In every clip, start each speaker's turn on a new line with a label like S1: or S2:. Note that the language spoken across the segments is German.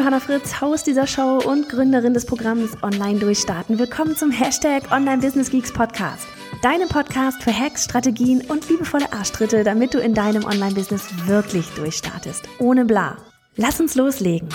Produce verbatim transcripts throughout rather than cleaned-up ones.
S1: Johanna Fritz, Host dieser Show und Gründerin des Programms Online Durchstarten. Willkommen zum Hashtag Online Business Geeks Podcast. Deinem Podcast für Hacks, Strategien und liebevolle Arschtritte, damit du in deinem Online-Business wirklich durchstartest. Ohne bla. Lass uns loslegen.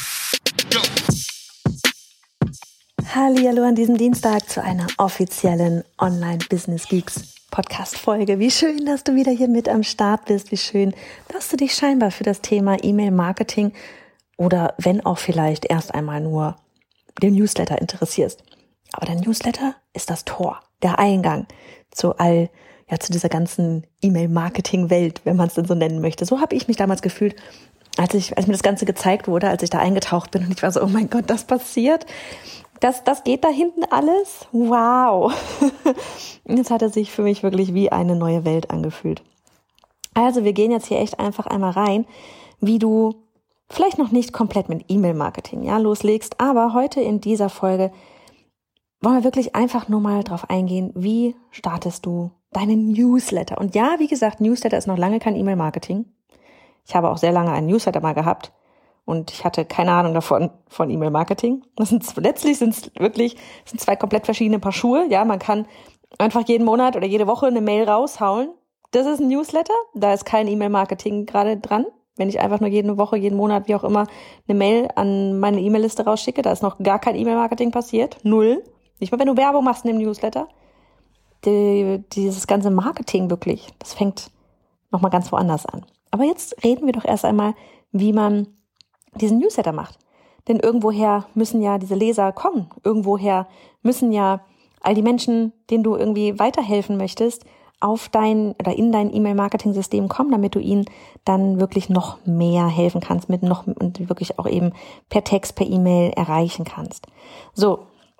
S1: Hallihallo an diesem Dienstag zu einer offiziellen Online Business Geeks Podcast-Folge. Wie schön, dass du wieder hier mit am Start bist. Wie schön, dass du dich scheinbar für das Thema E-Mail-Marketing oder wenn auch vielleicht erst einmal nur den Newsletter interessierst. Aber der Newsletter ist das Tor, der Eingang zu all, ja, zu dieser ganzen E-Mail-Marketing-Welt, wenn man es denn so nennen möchte. So habe ich mich damals gefühlt, als ich, als mir das Ganze gezeigt wurde, als ich da eingetaucht bin und ich war so, oh mein Gott, das passiert. Das, das geht da hinten alles? Wow. Jetzt hat es sich für mich wirklich wie eine neue Welt angefühlt. Also wir gehen jetzt hier echt einfach einmal rein, wie du vielleicht noch nicht komplett mit E-Mail-Marketing ja, loslegst, aber heute in dieser Folge wollen wir wirklich einfach nur mal drauf eingehen, wie startest du deinen Newsletter? Und ja, wie gesagt, Newsletter ist noch lange kein E-Mail-Marketing. Ich habe auch sehr lange einen Newsletter mal gehabt. Und ich hatte keine Ahnung davon, von E-Mail-Marketing. Das sind, letztlich sind es wirklich, sind zwei komplett verschiedene Paar Schuhe. Ja, man kann einfach jeden Monat oder jede Woche eine Mail raushauen. Das ist ein Newsletter. Da ist kein E-Mail-Marketing gerade dran. Wenn ich einfach nur jede Woche, jeden Monat, wie auch immer, eine Mail an meine E-Mail-Liste rausschicke, da ist noch gar kein E-Mail-Marketing passiert. Null. Nicht mal, wenn du Werbung machst in dem Newsletter. Die, dieses ganze Marketing wirklich, das fängt nochmal ganz woanders an. Aber jetzt reden wir doch erst einmal, wie man diesen Newsletter macht. Denn irgendwoher müssen ja diese Leser kommen. Irgendwoher müssen ja all die Menschen, denen du irgendwie weiterhelfen möchtest, auf dein oder in dein E-Mail-Marketing-System kommen, damit du ihnen dann wirklich noch mehr helfen kannst, mit noch und wirklich auch eben per Text, per E-Mail erreichen kannst. So,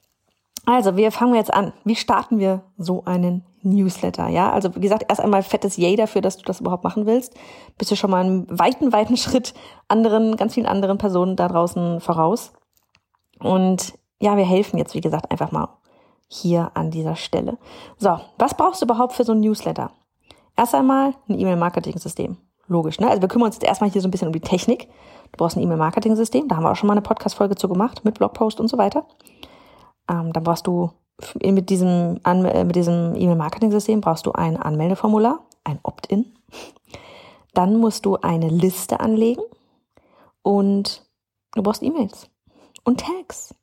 S1: also wir fangen jetzt an. Wie starten wir so einen Newsletter? Ja, also wie gesagt, erst einmal fettes Yay dafür, dass du das überhaupt machen willst. Bist du schon mal einen weiten, weiten Schritt anderen, ganz vielen anderen Personen da draußen voraus. Und ja, wir helfen jetzt, wie gesagt, einfach mal hier an dieser Stelle. So, was brauchst du überhaupt für so ein Newsletter? Erst einmal ein E-Mail-Marketing-System. Logisch, ne? Also wir kümmern uns jetzt erstmal hier so ein bisschen um die Technik. Du brauchst ein E-Mail-Marketing-System. Da haben wir auch schon mal eine Podcast-Folge zu gemacht mit Blogpost und so weiter. Ähm, dann brauchst du mit diesem, mit diesem E-Mail-Marketing-System brauchst du ein Anmeldeformular, ein Opt-in. Dann musst du eine Liste anlegen und du brauchst E-Mails und Tags.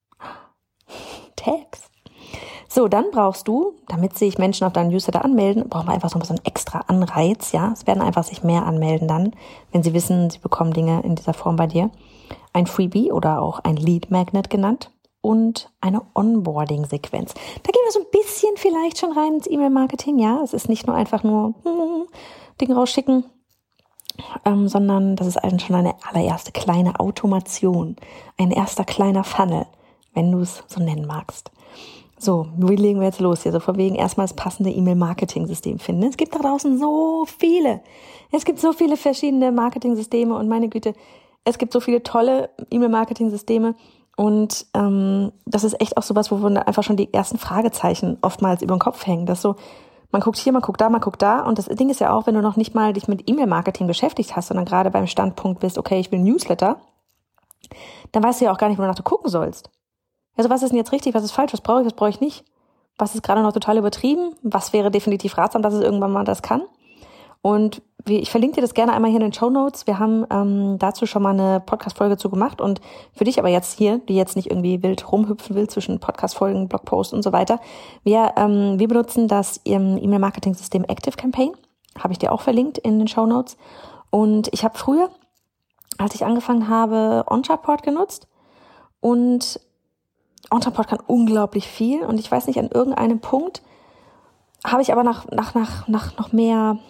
S1: Tags. So, dann brauchst du, damit sich Menschen auf deinen Newsletter anmelden, brauchen wir einfach so einen extra Anreiz, ja. Es werden einfach sich mehr anmelden dann, wenn sie wissen, sie bekommen Dinge in dieser Form bei dir. Ein Freebie oder auch ein Lead Magnet genannt. Und eine Onboarding-Sequenz. Da gehen wir so ein bisschen vielleicht schon rein ins E-Mail-Marketing. Ja, es ist nicht nur einfach nur hm, Dinge rausschicken, ähm, sondern das ist also schon eine allererste kleine Automation, ein erster kleiner Funnel, wenn du es so nennen magst. So, wie legen wir jetzt los hier? So von wegen erstmal das passende E-Mail-Marketing-System finden. Es gibt da draußen so viele. Es gibt so viele verschiedene Marketing-Systeme und meine Güte, es gibt so viele tolle E-Mail-Marketing-Systeme. Und ähm, das ist echt auch sowas, wo wir einfach schon die ersten Fragezeichen oftmals über den Kopf hängen. Das so, man guckt hier, man guckt da, man guckt da. Und das Ding ist ja auch, wenn du noch nicht mal dich mit E-Mail-Marketing beschäftigt hast, sondern gerade beim Standpunkt bist, okay, ich will Newsletter, dann weißt du ja auch gar nicht, wonach du gucken sollst. Also was ist denn jetzt richtig, was ist falsch, was brauche ich, was brauche ich nicht? Was ist gerade noch total übertrieben? Was wäre definitiv ratsam, dass es irgendwann mal das kann? Und wie, ich verlinke dir das gerne einmal hier in den Shownotes. Wir haben ähm, dazu schon mal eine Podcast-Folge zu gemacht. Und für dich aber jetzt hier, die jetzt nicht irgendwie wild rumhüpfen will zwischen Podcast-Folgen, Blogposts und so weiter. Wir, ähm, wir benutzen das ähm, E-Mail-Marketing-System ActiveCampaign. Habe ich dir auch verlinkt in den Shownotes. Und ich habe früher, als ich angefangen habe, Ontraport genutzt. Und Ontraport kann unglaublich viel. Und ich weiß nicht, an irgendeinem Punkt habe ich aber nach, nach, nach, nach noch mehr...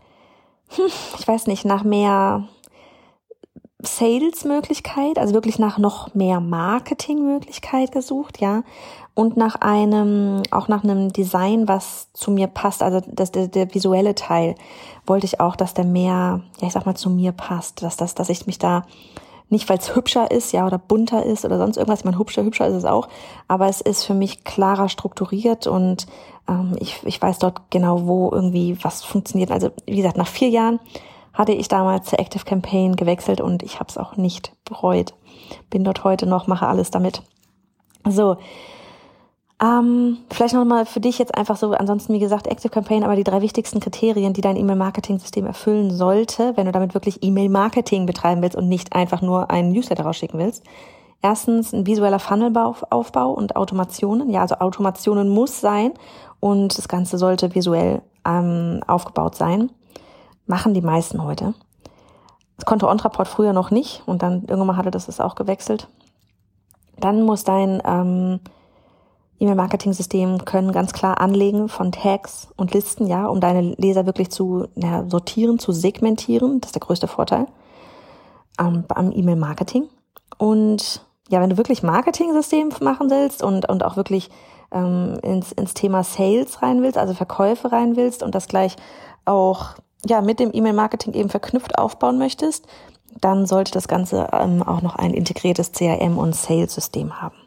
S1: ich weiß nicht, nach mehr Sales-Möglichkeit, also wirklich nach noch mehr Marketing-Möglichkeit gesucht, ja, und nach einem, auch nach einem Design, was zu mir passt, also das, der, der visuelle Teil, wollte ich auch, dass der mehr, ja, ich sag mal, zu mir passt, dass das, dass ich mich da nicht, weil es hübscher ist, ja, oder bunter ist oder sonst irgendwas. Ich meine, hübscher, hübscher ist es auch, aber es ist für mich klarer strukturiert und ähm, ich, ich weiß dort genau, wo irgendwie was funktioniert. Also wie gesagt, nach vier Jahren hatte ich damals zu ActiveCampaign gewechselt und ich habe es auch nicht bereut. Bin dort heute noch, mache alles damit. So, ähm, vielleicht nochmal für dich jetzt einfach so, ansonsten wie gesagt ActiveCampaign, aber die drei wichtigsten Kriterien, die dein E-Mail-Marketing-System erfüllen sollte, wenn du damit wirklich E-Mail-Marketing betreiben willst und nicht einfach nur einen Newsletter rausschicken willst. Erstens ein visueller Funnelaufbau und Automationen. Ja, also Automationen muss sein und das Ganze sollte visuell ähm, aufgebaut sein. Machen die meisten heute. Das konnte OnTraport früher noch nicht und dann irgendwann hatte das ist auch gewechselt. Dann muss dein ähm, E-Mail-Marketing-System können ganz klar anlegen von Tags und Listen, ja, um deine Leser wirklich zu ja, sortieren, zu segmentieren. Das ist der größte Vorteil ähm, am E-Mail-Marketing. Und ja, wenn du wirklich Marketing-System machen willst und und auch wirklich ähm, ins ins Thema Sales rein willst, also Verkäufe rein willst und das gleich auch ja mit dem E-Mail-Marketing eben verknüpft aufbauen möchtest, dann sollte das Ganze ähm, auch noch ein integriertes C R M- und Sales-System haben.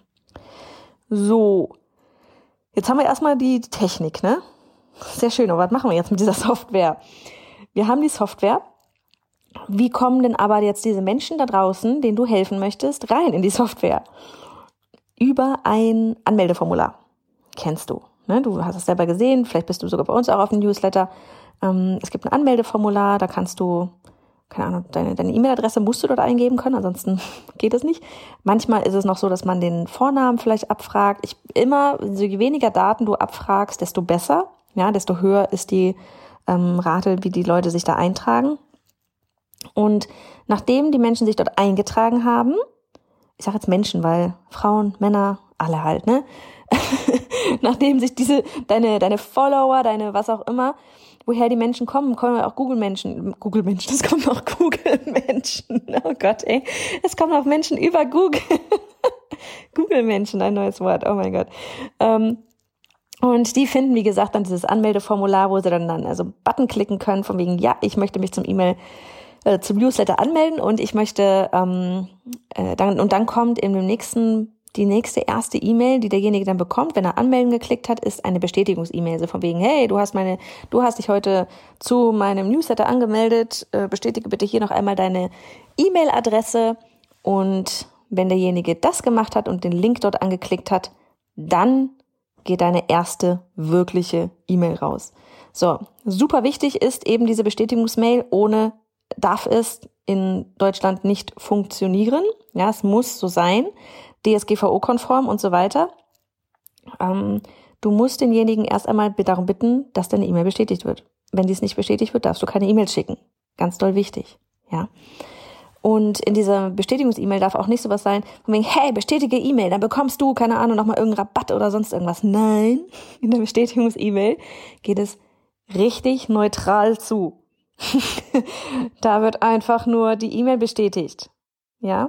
S1: So, jetzt haben wir erstmal die Technik, ne? Sehr schön, aber was machen wir jetzt mit dieser Software? Wir haben die Software. Wie kommen denn aber jetzt diese Menschen da draußen, denen du helfen möchtest, rein in die Software? Über ein Anmeldeformular. Kennst du, ne? Du hast es selber gesehen, vielleicht bist du sogar bei uns auch auf dem Newsletter. Ähm, es gibt ein Anmeldeformular, da kannst du keine Ahnung, deine, deine E-Mail-Adresse musst du dort eingeben können, ansonsten geht es nicht. Manchmal ist es noch so, dass man den Vornamen vielleicht abfragt. Ich immer, so je weniger Daten du abfragst, desto besser, ja, desto höher ist die ähm, Rate, wie die Leute sich da eintragen. Und nachdem die Menschen sich dort eingetragen haben, ich sage jetzt Menschen, weil Frauen, Männer, alle halt, ne? Nachdem sich diese, deine, deine Follower, deine was auch immer, woher die Menschen kommen, kommen auch Google-Menschen, Google-Menschen, es kommen auch Google-Menschen, oh Gott, ey, es kommen auch Menschen über Google, Google-Menschen, ein neues Wort, oh mein Gott, ähm, und die finden, wie gesagt, dann dieses Anmeldeformular, wo sie dann, dann also Button klicken können, von wegen, ja, ich möchte mich zum E-Mail, äh, zum Newsletter anmelden und ich möchte, ähm, äh, dann, und dann kommt in dem nächsten Die nächste erste E-Mail, die derjenige dann bekommt, wenn er anmelden geklickt hat, ist eine Bestätigungs-E-Mail. So von wegen, hey, du hast meine, du hast dich heute zu meinem Newsletter angemeldet, äh, bestätige bitte hier noch einmal deine E-Mail-Adresse. Und wenn derjenige das gemacht hat und den Link dort angeklickt hat, dann geht deine erste wirkliche E-Mail raus. So, super wichtig ist eben diese Bestätigungs-Mail, ohne darf es in Deutschland nicht funktionieren. Ja, es muss so sein. D S G V O-konform und so weiter. Ähm, du musst denjenigen erst einmal darum bitten, dass deine E-Mail bestätigt wird. Wenn dies nicht bestätigt wird, darfst du keine E-Mail schicken. Ganz doll wichtig, ja. Und in dieser Bestätigungs-E-Mail darf auch nicht sowas sein, von wegen, hey, bestätige E-Mail, dann bekommst du, keine Ahnung, nochmal irgendeinen Rabatt oder sonst irgendwas. Nein, in der Bestätigungs-E-Mail geht es richtig neutral zu. Da wird einfach nur die E-Mail bestätigt, ja.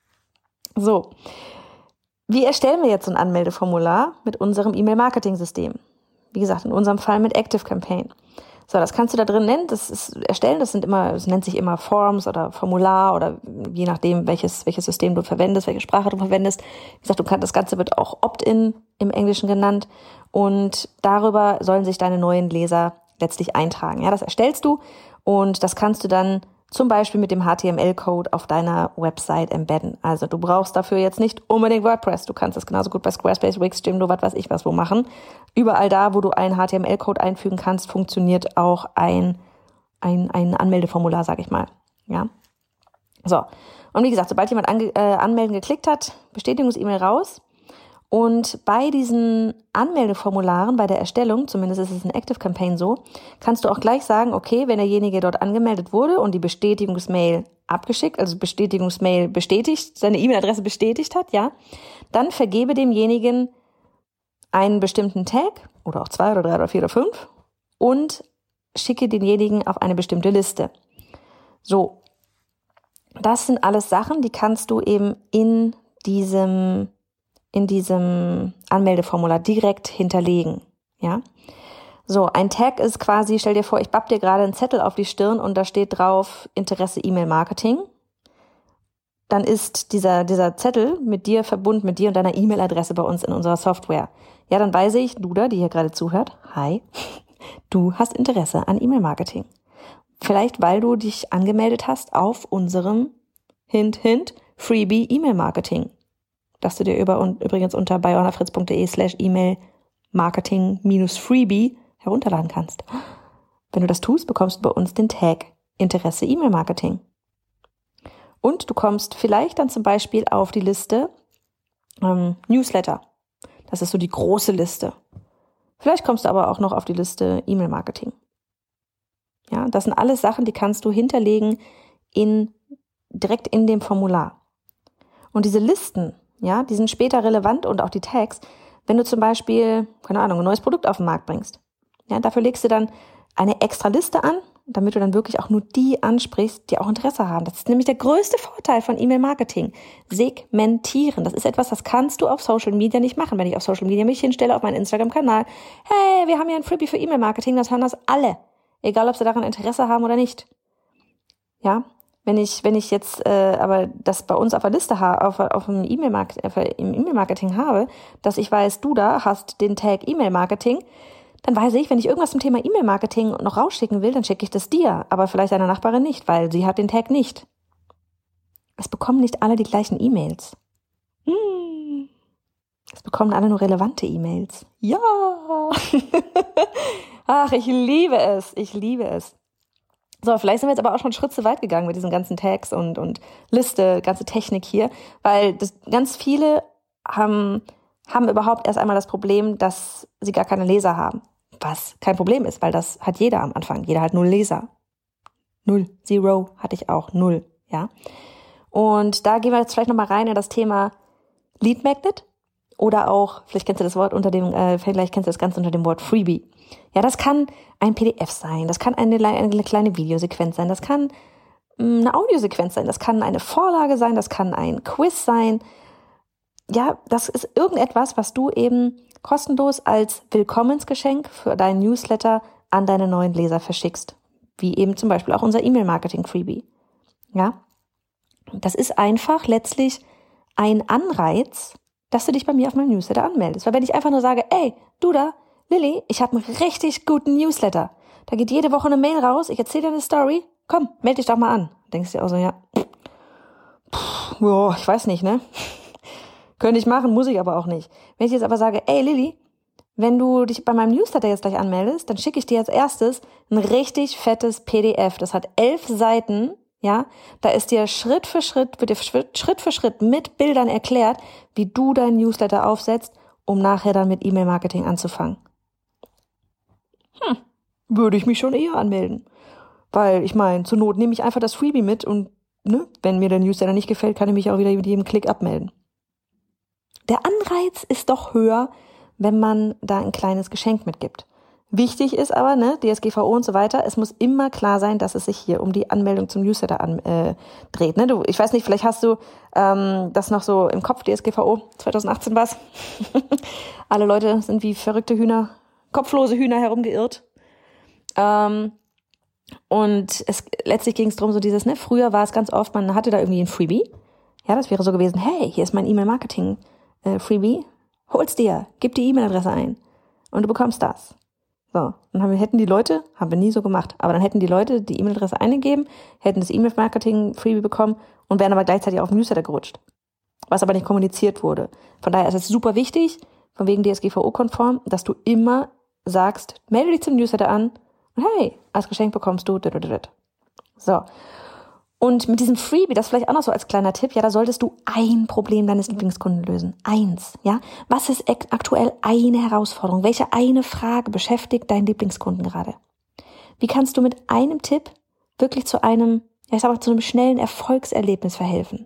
S1: So. Wie erstellen wir jetzt so ein Anmeldeformular mit unserem E-Mail-Marketing-System? Wie gesagt, in unserem Fall mit ActiveCampaign. So, das kannst du da drin nennen, das ist erstellen, das sind immer, es nennt sich immer Forms oder Formular oder je nachdem, welches, welches System du verwendest, welche Sprache du verwendest. Wie gesagt, du kannst, das Ganze wird auch Opt-in im Englischen genannt und darüber sollen sich deine neuen Leser letztlich eintragen. Ja, das erstellst du und das kannst du dann zum Beispiel mit dem H T M L-Code auf deiner Website embedden. Also du brauchst dafür jetzt nicht unbedingt WordPress. Du kannst das genauso gut bei Squarespace, Wix, Jimdo, was weiß ich was wo machen. Überall da, wo du einen H T M L-Code einfügen kannst, funktioniert auch ein, ein, ein Anmeldeformular, sag ich mal. Ja. So. Und wie gesagt, sobald jemand ange- äh, anmelden geklickt hat, Bestätigungs-E-Mail raus. Und bei diesen Anmeldeformularen, bei der Erstellung, zumindest ist es in ActiveCampaign so, kannst du auch gleich sagen, okay, wenn derjenige dort angemeldet wurde und die Bestätigungsmail abgeschickt, also Bestätigungsmail bestätigt, seine E-Mail-Adresse bestätigt hat, ja, dann vergebe demjenigen einen bestimmten Tag oder auch zwei oder drei oder vier oder fünf und schicke denjenigen auf eine bestimmte Liste. So, das sind alles Sachen, die kannst du eben in diesem in diesem Anmeldeformular direkt hinterlegen, ja. So, ein Tag ist quasi, stell dir vor, ich bapp dir gerade einen Zettel auf die Stirn und da steht drauf Interesse E-Mail-Marketing. Dann ist dieser, dieser Zettel mit dir verbunden, mit dir und deiner E-Mail-Adresse bei uns in unserer Software. Ja, dann weiß ich, du da, die hier gerade zuhört, hi, du hast Interesse an E-Mail-Marketing. Vielleicht, weil du dich angemeldet hast auf unserem Hint, Hint, Freebie E-Mail Marketing, das du dir über und übrigens unter bei johannafritz.de slash E-Mail Marketing minus Freebie herunterladen kannst. Wenn du das tust, bekommst du bei uns den Tag Interesse E-Mail Marketing. Und du kommst vielleicht dann zum Beispiel auf die Liste ähm, Newsletter. Das ist so die große Liste. Vielleicht kommst du aber auch noch auf die Liste E-Mail Marketing. Ja, das sind alles Sachen, die kannst du hinterlegen in direkt in dem Formular. Und diese Listen, ja, die sind später relevant und auch die Tags, wenn du zum Beispiel, keine Ahnung, ein neues Produkt auf den Markt bringst. Ja, dafür legst du dann eine extra Liste an, damit du dann wirklich auch nur die ansprichst, die auch Interesse haben. Das ist nämlich der größte Vorteil von E-Mail-Marketing. Segmentieren. Das ist etwas, das kannst du auf Social Media nicht machen. Wenn ich auf Social Media mich hinstelle, auf meinen Instagram-Kanal, hey, wir haben ja ein Freebie für E-Mail-Marketing, das hören das alle. Egal, ob sie daran Interesse haben oder nicht. Ja, wenn ich, wenn ich jetzt äh, aber das bei uns auf der Liste habe, auf, auf dem E-Mail-Marketing, im E-Mail-Marketing habe, dass ich weiß, du da hast den Tag E-Mail-Marketing, dann weiß ich, wenn ich irgendwas zum Thema E-Mail-Marketing noch rausschicken will, dann schicke ich das dir, aber vielleicht deiner Nachbarin nicht, weil sie hat den Tag nicht. Es bekommen nicht alle die gleichen E-Mails. Hm. Es bekommen alle nur relevante E-Mails. Ja! Ach, ich liebe es, ich liebe es. So, vielleicht sind wir jetzt aber auch schon einen Schritt zu weit gegangen mit diesen ganzen Tags und, und Liste, ganze Technik hier, weil das, ganz viele haben... haben überhaupt erst einmal das Problem, dass sie gar keine Leser haben. Was kein Problem ist, weil das hat jeder am Anfang. Jeder hat null Leser. Null. Zero hatte ich auch. Null. Ja. Und da gehen wir jetzt vielleicht nochmal rein in das Thema Lead Magnet oder auch, vielleicht kennst du das Wort unter dem, äh, vielleicht kennst du das Ganze unter dem Wort Freebie. Ja, das kann ein P D F sein. Das kann eine, eine kleine Videosequenz sein. Das kann mh, eine Audiosequenz sein. Das kann eine Vorlage sein. Das kann ein Quiz sein. Ja, das ist irgendetwas, was du eben kostenlos als Willkommensgeschenk für deinen Newsletter an deine neuen Leser verschickst. Wie eben zum Beispiel auch unser E-Mail-Marketing-Freebie. Ja, das ist einfach letztlich ein Anreiz, dass du dich bei mir auf meinem Newsletter anmeldest. Weil wenn ich einfach nur sage, ey, du da, Lilly, ich habe einen richtig guten Newsletter. Da geht jede Woche eine Mail raus, ich erzähle dir eine Story, komm, melde dich doch mal an. Denkst du dir auch so, ja, pff, boah, ich weiß nicht, ne? Könnte ich machen, muss ich aber auch nicht. Wenn ich jetzt aber sage, ey Lilly, wenn du dich bei meinem Newsletter jetzt gleich anmeldest, dann schicke ich dir als erstes ein richtig fettes P D F. Das hat elf Seiten, ja. Da ist dir Schritt für Schritt, wird dir Schritt für Schritt mit Bildern erklärt, wie du deinen Newsletter aufsetzt, um nachher dann mit E-Mail-Marketing anzufangen. Hm, würde ich mich schon eher anmelden. Weil, ich meine, zur Not nehme ich einfach das Freebie mit und, ne, wenn mir der Newsletter nicht gefällt, kann ich mich auch wieder mit jedem Klick abmelden. Der Anreiz ist doch höher, wenn man da ein kleines Geschenk mitgibt. Wichtig ist aber, ne, D S G V O und so weiter, es muss immer klar sein, dass es sich hier um die Anmeldung zum Newsletter an, äh, dreht. Ne? Du, ich weiß nicht, vielleicht hast du ähm, das noch so im Kopf, D S G V O, zwanzig achtzehn war's. Alle Leute sind wie verrückte Hühner, kopflose Hühner herumgeirrt. Ähm, und es letztlich ging es darum, so dieses, ne, früher war es ganz oft, man hatte da irgendwie ein Freebie. Ja, das wäre so gewesen, hey, hier ist mein E-Mail-Marketing Äh, Freebie, hol's dir, gib die E-Mail-Adresse ein und du bekommst das. So, dann haben wir, hätten die Leute, haben wir nie so gemacht, aber dann hätten die Leute die E-Mail-Adresse eingegeben, hätten das E-Mail-Marketing-Freebie bekommen und wären aber gleichzeitig auf den Newsletter gerutscht, was aber nicht kommuniziert wurde. Von daher ist es super wichtig, von wegen D S G V O-konform, dass du immer sagst, melde dich zum Newsletter an und hey, als Geschenk bekommst du so. Und mit diesem Freebie, das vielleicht auch noch so als kleiner Tipp, ja, da solltest du ein Problem deines Lieblingskunden lösen. Eins, ja. Was ist aktuell eine Herausforderung? Welche eine Frage beschäftigt deinen Lieblingskunden gerade? Wie kannst du mit einem Tipp wirklich zu einem, ja, ich sag mal, zu einem schnellen Erfolgserlebnis verhelfen?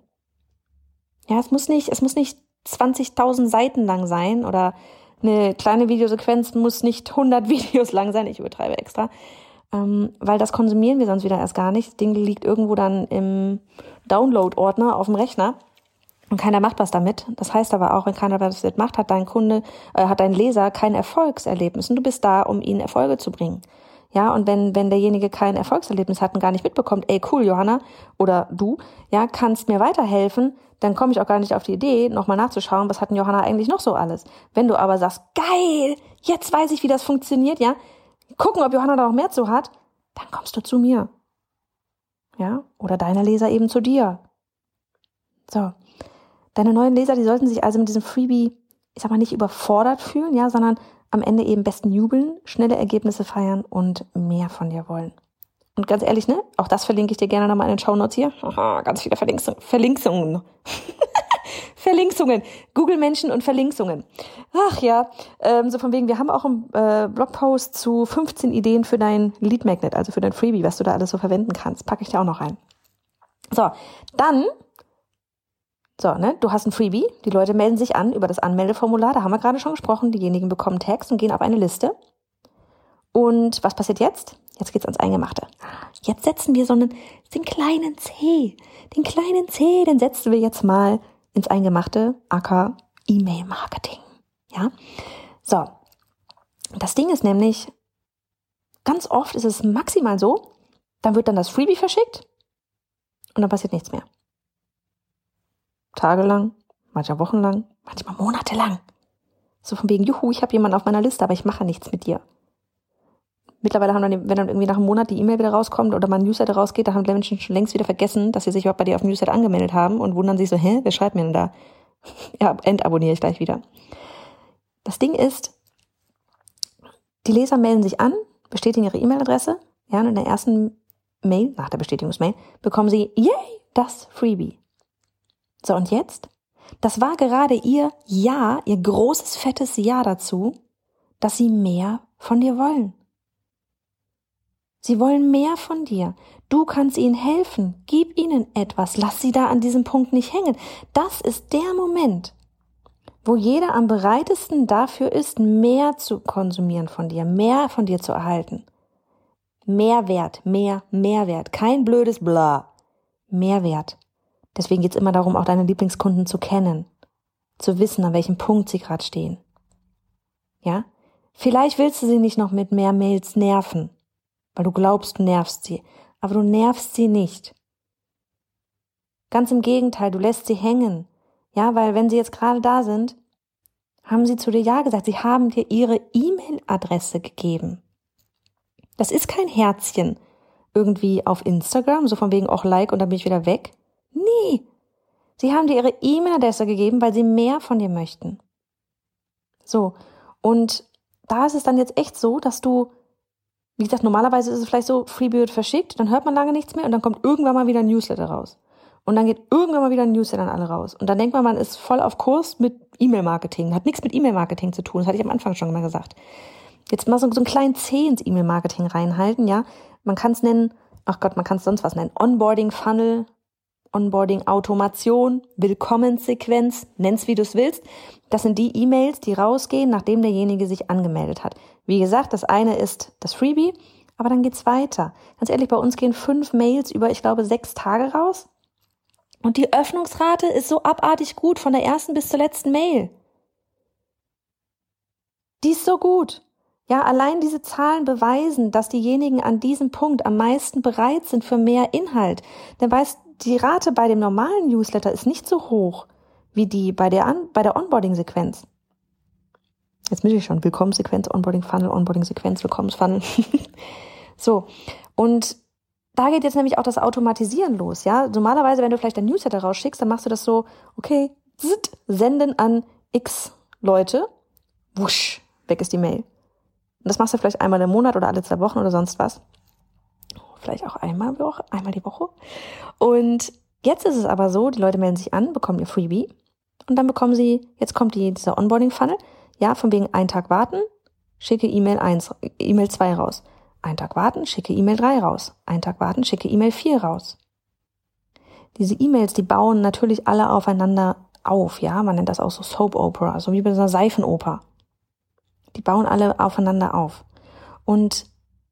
S1: Ja, es muss nicht, es muss nicht zwanzigtausend Seiten lang sein oder eine kleine Videosequenz muss nicht hundert Videos lang sein. Ich übertreibe extra. Ähm, weil das konsumieren wir sonst wieder erst gar nicht. Das Ding liegt irgendwo dann im Download-Ordner auf dem Rechner und keiner macht was damit. Das heißt aber auch, wenn keiner was damit macht, hat dein Kunde, äh, hat dein Leser kein Erfolgserlebnis und du bist da, um ihnen Erfolge zu bringen. Ja, und wenn wenn derjenige kein Erfolgserlebnis hat und gar nicht mitbekommt, ey cool, Johanna oder du, ja, kannst mir weiterhelfen, dann komme ich auch gar nicht auf die Idee, nochmal nachzuschauen, was hat denn Johanna eigentlich noch so alles. Wenn du aber sagst, geil, jetzt weiß ich, wie das funktioniert, ja, gucken, ob Johanna da noch mehr zu hat, dann kommst du zu mir. Ja, oder deine Leser eben zu dir. So, deine neuen Leser, die sollten sich also mit diesem Freebie, ich sag mal, nicht überfordert fühlen, ja, sondern am Ende eben besten jubeln, schnelle Ergebnisse feiern und mehr von dir wollen. Und ganz ehrlich, ne, auch das verlinke ich dir gerne nochmal in den Shownotes hier. Aha, ganz viele Verlinkungen. Verlinkungen. Verlinkungen. Google-Menschen und Verlinkungen. Ach ja, ähm, so von wegen, wir haben auch einen äh, Blogpost zu fünfzehn Ideen für dein Lead Magnet, also für dein Freebie, was du da alles so verwenden kannst. Packe ich dir auch noch rein. So, dann, so, ne, du hast ein Freebie, die Leute melden sich an über das Anmeldeformular, da haben wir gerade schon gesprochen, diejenigen bekommen Tags und gehen auf eine Liste. Und was passiert jetzt? Jetzt geht's ans Eingemachte. Jetzt setzen wir so einen, den kleinen C, den kleinen C, den setzen wir jetzt mal ins Eingemachte, aka E-Mail-Marketing. Ja, so. Das Ding ist nämlich, ganz oft ist es maximal so, dann wird dann das Freebie verschickt und dann passiert nichts mehr. Tagelang, manchmal wochenlang, manchmal monatelang. So von wegen, juhu, ich habe jemanden auf meiner Liste, aber ich mache nichts mit dir. Mittlerweile haben dann, wenn dann irgendwie nach einem Monat die E-Mail wieder rauskommt oder mal ein Newsletter rausgeht, da haben die Menschen schon längst wieder vergessen, dass sie sich überhaupt bei dir auf dem Newsletter angemeldet haben und wundern sich so, hä, wer schreibt mir denn da? Ja, entabonniere ich gleich wieder. Das Ding ist, die Leser melden sich an, bestätigen ihre E-Mail-Adresse, ja, und in der ersten Mail, nach der Bestätigungsmail, bekommen sie, yay, das Freebie. So, und jetzt? Das war gerade ihr Ja, ihr großes, fettes Ja dazu, dass sie mehr von dir wollen. Sie wollen mehr von dir. Du kannst ihnen helfen. Gib ihnen etwas. Lass sie da an diesem Punkt nicht hängen. Das ist der Moment, wo jeder am bereitesten dafür ist, mehr zu konsumieren von dir, mehr von dir zu erhalten. Mehrwert, mehr Mehrwert. Kein blödes Bla. Mehrwert. Deswegen geht es immer darum, auch deine Lieblingskunden zu kennen. Zu wissen, an welchem Punkt sie gerade stehen. Ja? Vielleicht willst du sie nicht noch mit mehr Mails nerven, weil du glaubst, du nervst sie. Aber du nervst sie nicht. Ganz im Gegenteil, du lässt sie hängen. Ja, weil wenn sie jetzt gerade da sind, haben sie zu dir Ja gesagt. Sie haben dir ihre E-Mail-Adresse gegeben. Das ist kein Herzchen irgendwie auf Instagram, so von wegen auch Like und dann bin ich wieder weg. Nee, sie haben dir ihre E-Mail-Adresse gegeben, weil sie mehr von dir möchten. So, und da ist es dann jetzt echt so, dass du, wie gesagt, normalerweise ist es vielleicht so, Freebie wird verschickt, dann hört man lange nichts mehr und dann kommt irgendwann mal wieder ein Newsletter raus. Und dann geht irgendwann mal wieder ein Newsletter an alle raus. Und dann denkt man, man ist voll auf Kurs mit E-Mail-Marketing. Hat nichts mit E-Mail-Marketing zu tun, das hatte ich am Anfang schon mal gesagt. Jetzt mal so, so einen kleinen C ins E-Mail-Marketing reinhalten, ja. Man kann es nennen, ach Gott, man kann es sonst was nennen. Onboarding-Funnel, Onboarding-Automation, Willkommenssequenz, nenn's wie du es willst. Das sind die E-Mails, die rausgehen, nachdem derjenige sich angemeldet hat. Wie gesagt, das eine ist das Freebie, aber dann geht's weiter. Ganz ehrlich, bei uns gehen fünf Mails über, ich glaube, sechs Tage raus. Und die Öffnungsrate ist so abartig gut, von der ersten bis zur letzten Mail. Die ist so gut. Ja, allein diese Zahlen beweisen, dass diejenigen an diesem Punkt am meisten bereit sind für mehr Inhalt. Denn weißt, die Rate bei dem normalen Newsletter ist nicht so hoch wie die bei der, An- bei der Onboarding-Sequenz. Jetzt bin ich schon. Willkommenssequenz, Onboarding-Funnel, Onboarding-Sequenz, Willkommensfunnel. So. Und da geht jetzt nämlich auch das Automatisieren los, ja. Normalerweise, wenn du vielleicht ein Newsletter rausschickst, dann machst du das so, okay, zzt, senden an x Leute, wusch, weg ist die Mail. Und das machst du vielleicht einmal im Monat oder alle zwei Wochen oder sonst was. Vielleicht auch einmal die Woche, einmal die Woche. Und jetzt ist es aber so, die Leute melden sich an, bekommen ihr Freebie und dann bekommen sie, jetzt kommt die, dieser Onboarding-Funnel, ja, von wegen einen Tag warten, schicke E-Mail eins, E-Mail zwei raus. Einen Tag warten, schicke E-Mail drei raus. Einen Tag warten, schicke E-Mail vier raus. Diese E-Mails, die bauen natürlich alle aufeinander auf, ja, man nennt das auch so Soap Opera, so wie bei so einer Seifenoper. Die bauen alle aufeinander auf. Und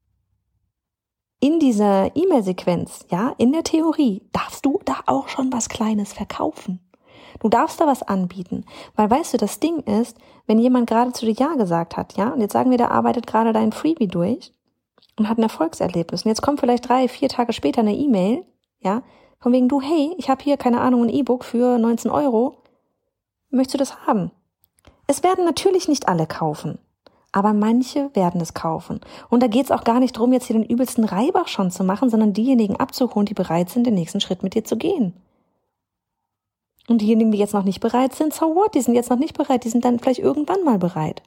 S1: in dieser E-Mail-Sequenz, ja, in der Theorie, darfst du da auch schon was Kleines verkaufen. Du darfst da was anbieten. Weil, weißt du, das Ding ist, wenn jemand gerade zu dir Ja gesagt hat, ja, und jetzt sagen wir, der arbeitet gerade dein Freebie durch und hat ein Erfolgserlebnis. Und jetzt kommt vielleicht drei, vier Tage später eine E-Mail, ja, von wegen du, hey, ich habe hier, keine Ahnung, ein E-Book für neunzehn Euro. Möchtest du das haben? Es werden natürlich nicht alle kaufen. Aber manche werden es kaufen. Und da geht es auch gar nicht darum, jetzt hier den übelsten Reibach schon zu machen, sondern diejenigen abzuholen, die bereit sind, den nächsten Schritt mit dir zu gehen. Und diejenigen, die jetzt noch nicht bereit sind, so what? Die sind jetzt noch nicht bereit, die sind dann vielleicht irgendwann mal bereit.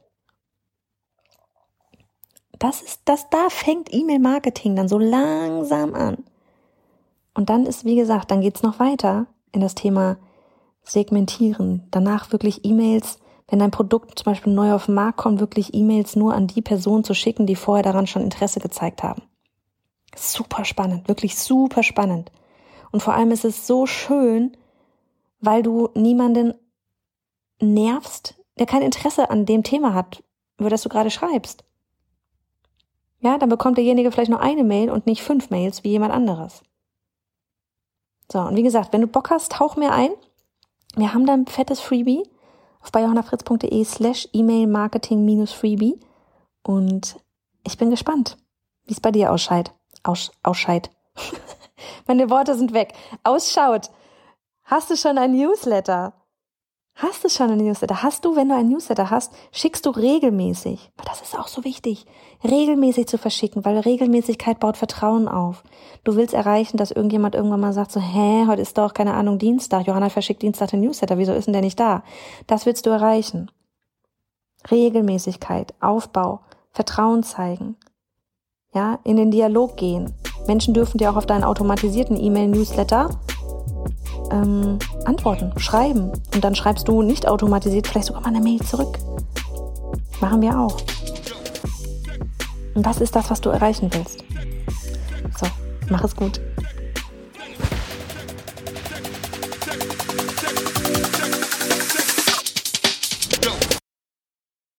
S1: Das ist, das, da fängt E-Mail-Marketing dann so langsam an. Und dann ist, wie gesagt, dann geht's noch weiter in das Thema Segmentieren. Danach wirklich E-Mails, wenn dein Produkt zum Beispiel neu auf den Markt kommt, wirklich E-Mails nur an die Personen zu schicken, die vorher daran schon Interesse gezeigt haben. Super spannend, wirklich super spannend. Und vor allem ist es so schön, weil du niemanden nervst, der kein Interesse an dem Thema hat, über das du gerade schreibst. Ja, dann bekommt derjenige vielleicht nur eine Mail und nicht fünf Mails wie jemand anderes. So, und wie gesagt, wenn du Bock hast, tauch mir ein. Wir haben da ein fettes Freebie auf bei johanna fritz punkt de slash E-Mail-Marketing minus Freebie. Und ich bin gespannt, wie es bei dir ausscheid. Aus, ausscheid. Meine Worte sind weg. Ausschaut. Hast du schon ein Newsletter? Hast du schon ein Newsletter? Hast du, wenn du ein Newsletter hast, schickst du regelmäßig. Aber das ist auch so wichtig, regelmäßig zu verschicken, weil Regelmäßigkeit baut Vertrauen auf. Du willst erreichen, dass irgendjemand irgendwann mal sagt so, hä, heute ist doch, keine Ahnung, Dienstag. Johanna verschickt Dienstag den Newsletter. Wieso ist denn der nicht da? Das willst du erreichen. Regelmäßigkeit, Aufbau, Vertrauen zeigen. Ja, in den Dialog gehen. Menschen dürfen dir auch auf deinen automatisierten E-Mail-Newsletter Ähm, antworten, schreiben. Und dann schreibst du nicht automatisiert vielleicht sogar mal eine Mail zurück. Machen wir auch. Und das ist das, was du erreichen willst. So, mach es gut.